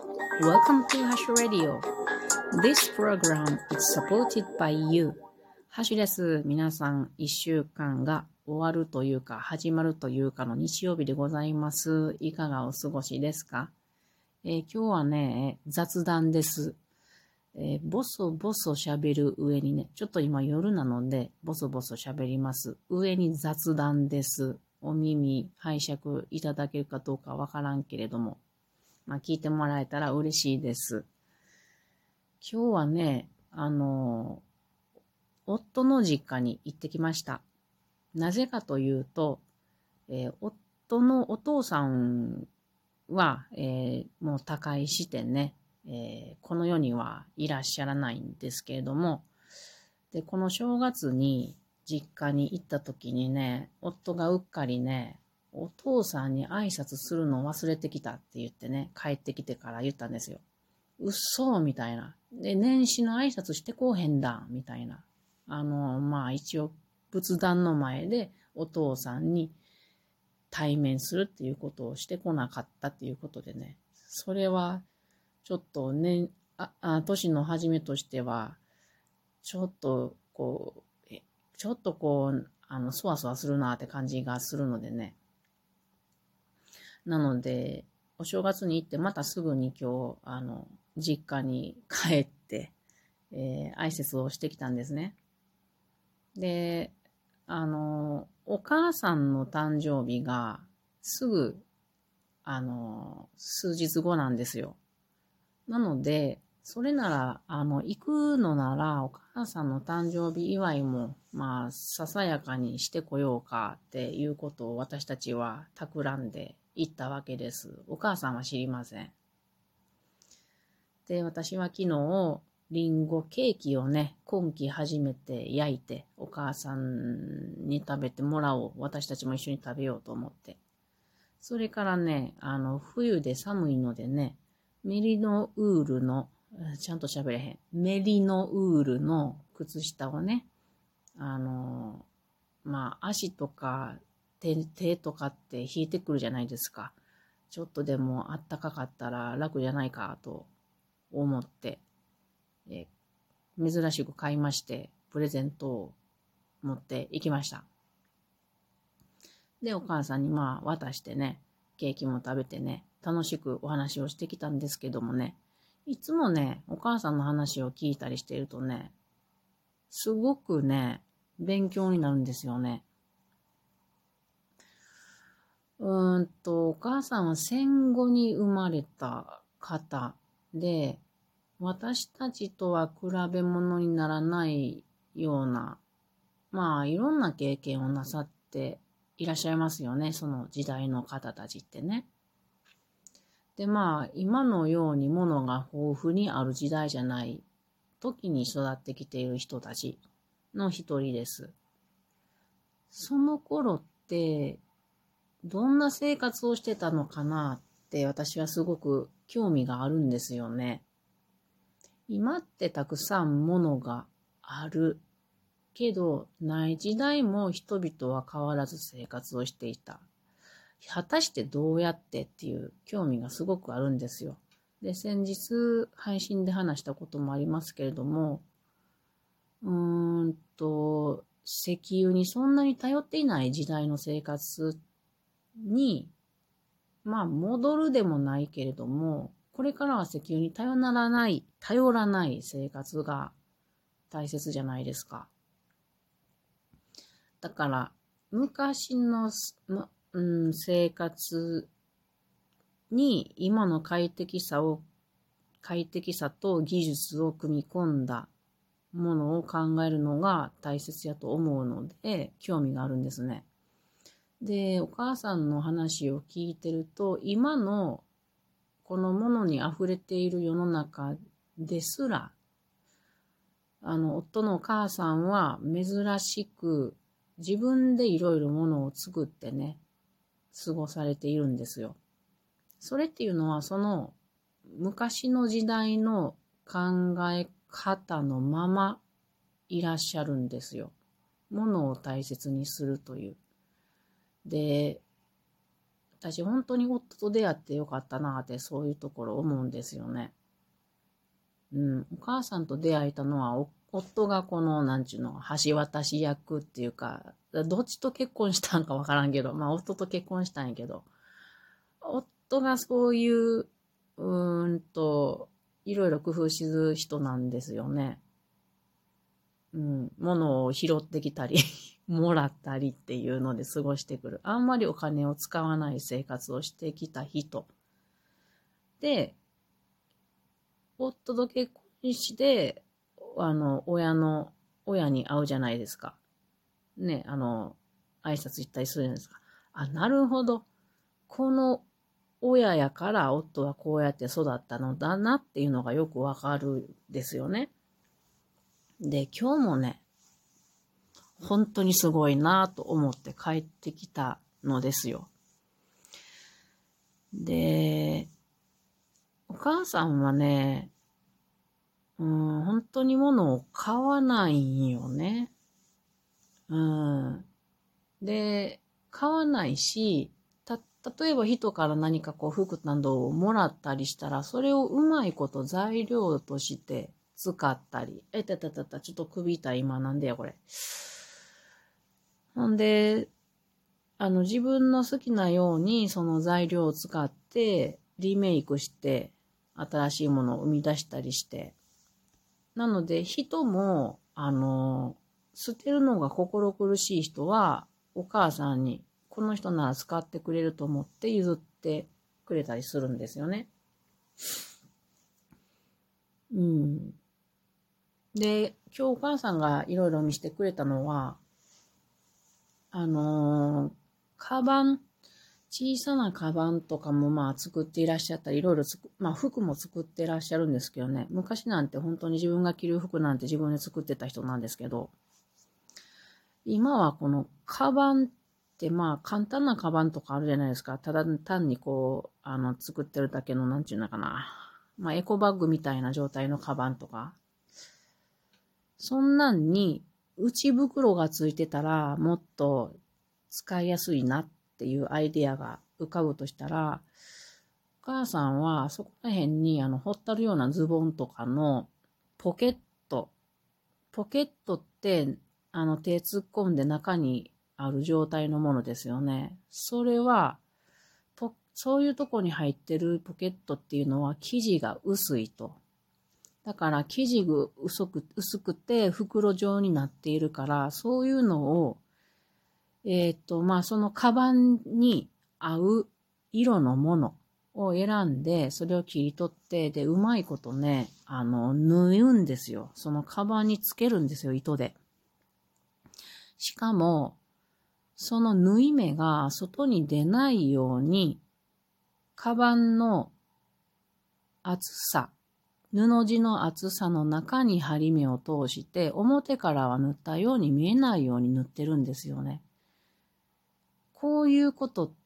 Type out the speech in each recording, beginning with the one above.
Welcome to Hash Radio. This program is supported by you. ハッシュです。皆さん、1週間が終わるというか、始まるというかの日曜日でございます。いかがお過ごしですか？今日はね、雑談です。ボソボソ喋る上にね、ちょっと今夜なので、ボソボソ喋ります。上に雑談です。お耳拝借いただけるかどうかわからんけれども、聞いてもらえたら嬉しいです。今日はね、夫の実家に行ってきました。なぜかというと、夫のお父さんは、もう他界してね、この世にはいらっしゃらないんですけれども、で、この正月に実家に行った時にね、夫がうっかりね、お父さんに挨拶するのを忘れてきたって言ってね、帰ってきてから言ったんですよ。うっそみたいな。で、年始の挨拶してこうへんだ、みたいな。一応、仏壇の前でお父さんに対面するっていうことをしてこなかったっていうことでね、それは、ちょっとね、年の初めとしては、ちょっとこう、そわそわするなって感じがするのでね。なので、お正月に行ってまたすぐに今日、実家に帰って、挨拶をしてきたんですね。で、お母さんの誕生日がすぐ、数日後なんですよ。なので、それなら、行くのなら、お母さんの誕生日祝いも、ささやかにしてこようかっていうことを私たちは企んで行ったわけです。お母さんは知りません。で、私は昨日、リンゴケーキをね、今季初めて焼いて、お母さんに食べてもらおう。私たちも一緒に食べようと思って。それからね、冬で寒いのでね、メリノウールの、ちゃんと喋れへん。メリノウールの靴下をね、足とか手とかって冷えてくるじゃないですか。ちょっとでもあったかかったら楽じゃないかと思って、珍しく買いまして、プレゼントを持って行きました。で、お母さんに渡してね、ケーキも食べてね、楽しくお話をしてきたんですけどもね、いつもね、お母さんの話を聞いたりしているとね、すごくね、勉強になるんですよね。お母さんは戦後に生まれた方で、私たちとは比べ物にならないような、いろんな経験をなさっていらっしゃいますよね、その時代の方たちってね。で、今のように物が豊富にある時代じゃない時に育ってきている人たちの一人です。その頃って、どんな生活をしてたのかなって私はすごく興味があるんですよね。今ってたくさん物があるけど、ない時代も人々は変わらず生活をしていた。果たしてどうやってっていう興味がすごくあるんですよ。で、先日配信で話したこともありますけれども、石油にそんなに頼っていない時代の生活に、戻るでもないけれども、これからは石油に頼らない生活が大切じゃないですか。だから、昔の、生活に今の快適さと技術を組み込んだものを考えるのが大切やと思うので、興味があるんですね。で、お母さんの話を聞いてると、今のこのものに溢れている世の中ですら、夫のお母さんは珍しく自分でいろいろものを作ってね、過ごされているんですよ。それっていうのは、その昔の時代の考え方のままいらっしゃるんですよ。ものを大切にするという。で、 私本当に夫と出会ってよかったなって、そういうところ思うんですよね。お母さんと出会えたのは、夫がこの、なんちゅうの、橋渡し役っていうか、どっちと結婚したんかわからんけど、まあ、夫と結婚したんやけど、夫がそういう、いろいろ工夫する人なんですよね。物を拾ってきたりもらったりっていうので過ごしてくる。あんまりお金を使わない生活をしてきた人。で、夫と結婚して、親に会うじゃないですか。ね、挨拶行ったりするじゃないですか。あ、なるほど。この親やから夫はこうやって育ったのだなっていうのがよくわかるんですよね。で、今日もね、本当にすごいなと思って帰ってきたのですよ。で、お母さんはね、本当に物を買わないんよね。で、買わないし、例えば人から何かこう服などをもらったりしたら、それをうまいこと材料として使ったり、ちょっと首痛い今なんでやこれ。ほんで、自分の好きなようにその材料を使ってリメイクして新しいものを生み出したりして。なので人も、捨てるのが心苦しい人はお母さんにこの人なら使ってくれると思って譲ってくれたりするんですよね。で、今日お母さんがいろいろ見せてくれたのは、カバン、小さなカバンとかもまあ作っていらっしゃったり、いろいろまあ服も作ってらっしゃるんですけどね。昔なんて本当に自分が着る服なんて自分で作ってた人なんですけど、今はこのカバンってまあ簡単なカバンとかあるじゃないですか。ただ単にこう、作ってるだけのなんちゅうのかな。まあエコバッグみたいな状態のカバンとか。そんなんに内袋がついてたらもっと使いやすいなっていうアイデアが浮かぶとしたら、お母さんはそこら辺に掘ったるようなズボンとかのポケット。ポケットって手突っ込んで中にある状態のものですよね。それは、そういうとこに入ってるポケットっていうのは生地が薄いと。だから生地が薄くて袋状になっているから、そういうのを、まあそのカバンに合う色のものを選んで、それを切り取って、で、うまいことね、縫うんですよ。そのカバンにつけるんですよ、糸で。しかも、その縫い目が外に出ないように、カバンの厚さ、布地の厚さの中に針目を通して、表からは縫ったように見えないように縫ってるんですよね。こういうことって、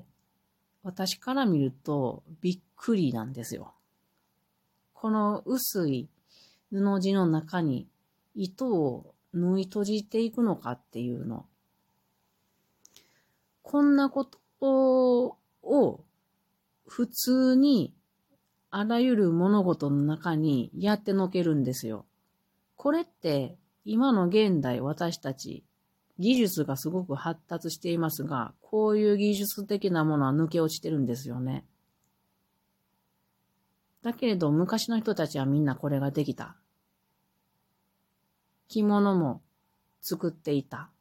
私から見るとびっくりなんですよ。この薄い布地の中に糸を縫い閉じていくのかっていうの。こんなことを普通にあらゆる物事の中にやってのけるんですよ。これって今の現代私たち技術がすごく発達していますが、こういう技術的なものは抜け落ちてるんですよね。だけれど昔の人たちはみんなこれができた。着物も作っていた。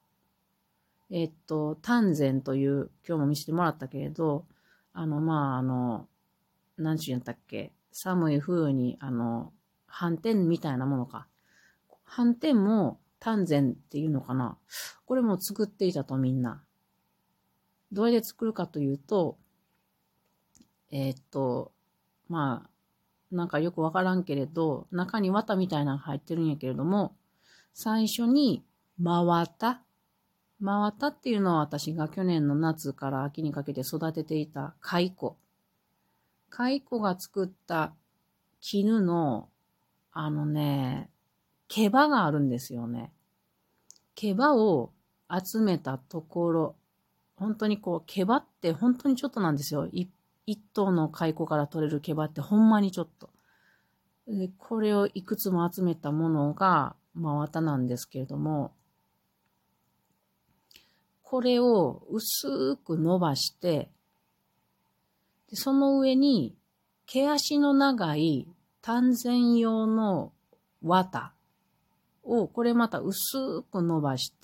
丹前という、今日も見せてもらったけれど、何ちゅうんやったっけ、寒い冬に、斑点みたいなものか。斑点も丹前っていうのかな。これも作っていたとみんな。どうやって作るかというと、まあ、なんかよくわからんけれど、中に綿みたいなのが入ってるんやけれども、最初に真綿。真綿っていうのは私が去年の夏から秋にかけて育てていた蚕。蚕が作った絹の、毛羽があるんですよね。毛羽を集めたところ、本当にこう、毛羽っって本当にちょっとなんですよ。一頭の蚕から取れる毛羽ってほんまにちょっと。でこれをいくつも集めたものが、綿なんですけれども、これを薄く伸ばして、でその上に毛足の長い単線用の綿を、これまた薄く伸ばして、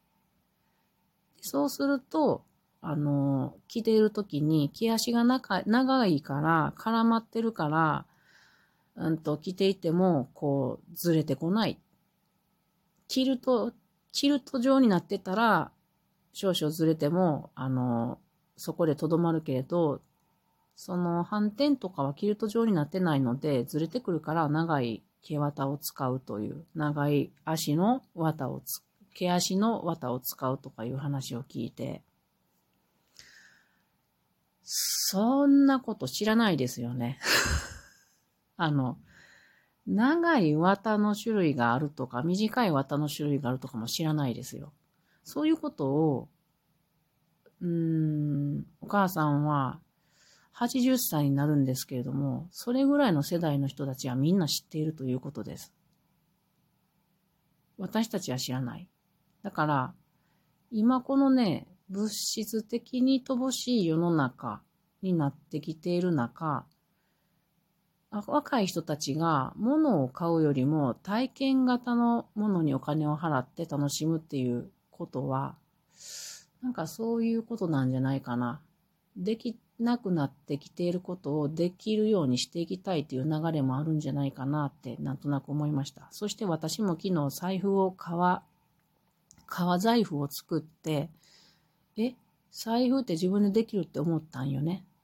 そうすると、着ているときに毛足が長いから、絡まってるから、着ていても、ずれてこない。キルト状になってたら、少々ずれても、そこでとどまるけれど、その反転とかはキルト状になってないので、ずれてくるから長い毛綿を使うという、長い毛足の綿を使うとかいう話を聞いて、そんなこと知らないですよね。長い綿の種類があるとか、短い綿の種類があるとかも知らないですよ。そういうことを、お母さんは80歳になるんですけれども、それぐらいの世代の人たちはみんな知っているということです。私たちは知らない。だから、今このね、物質的に乏しい世の中になってきている中、若い人たちが物を買うよりも体験型のものにお金を払って楽しむっていうことは、なんかそういうことなんじゃないかな。できなくなってきていることをできるようにしていきたいという流れもあるんじゃないかなってなんとなく思いました。そして私も昨日革財布を作って、財布って自分でできるって思ったんよね。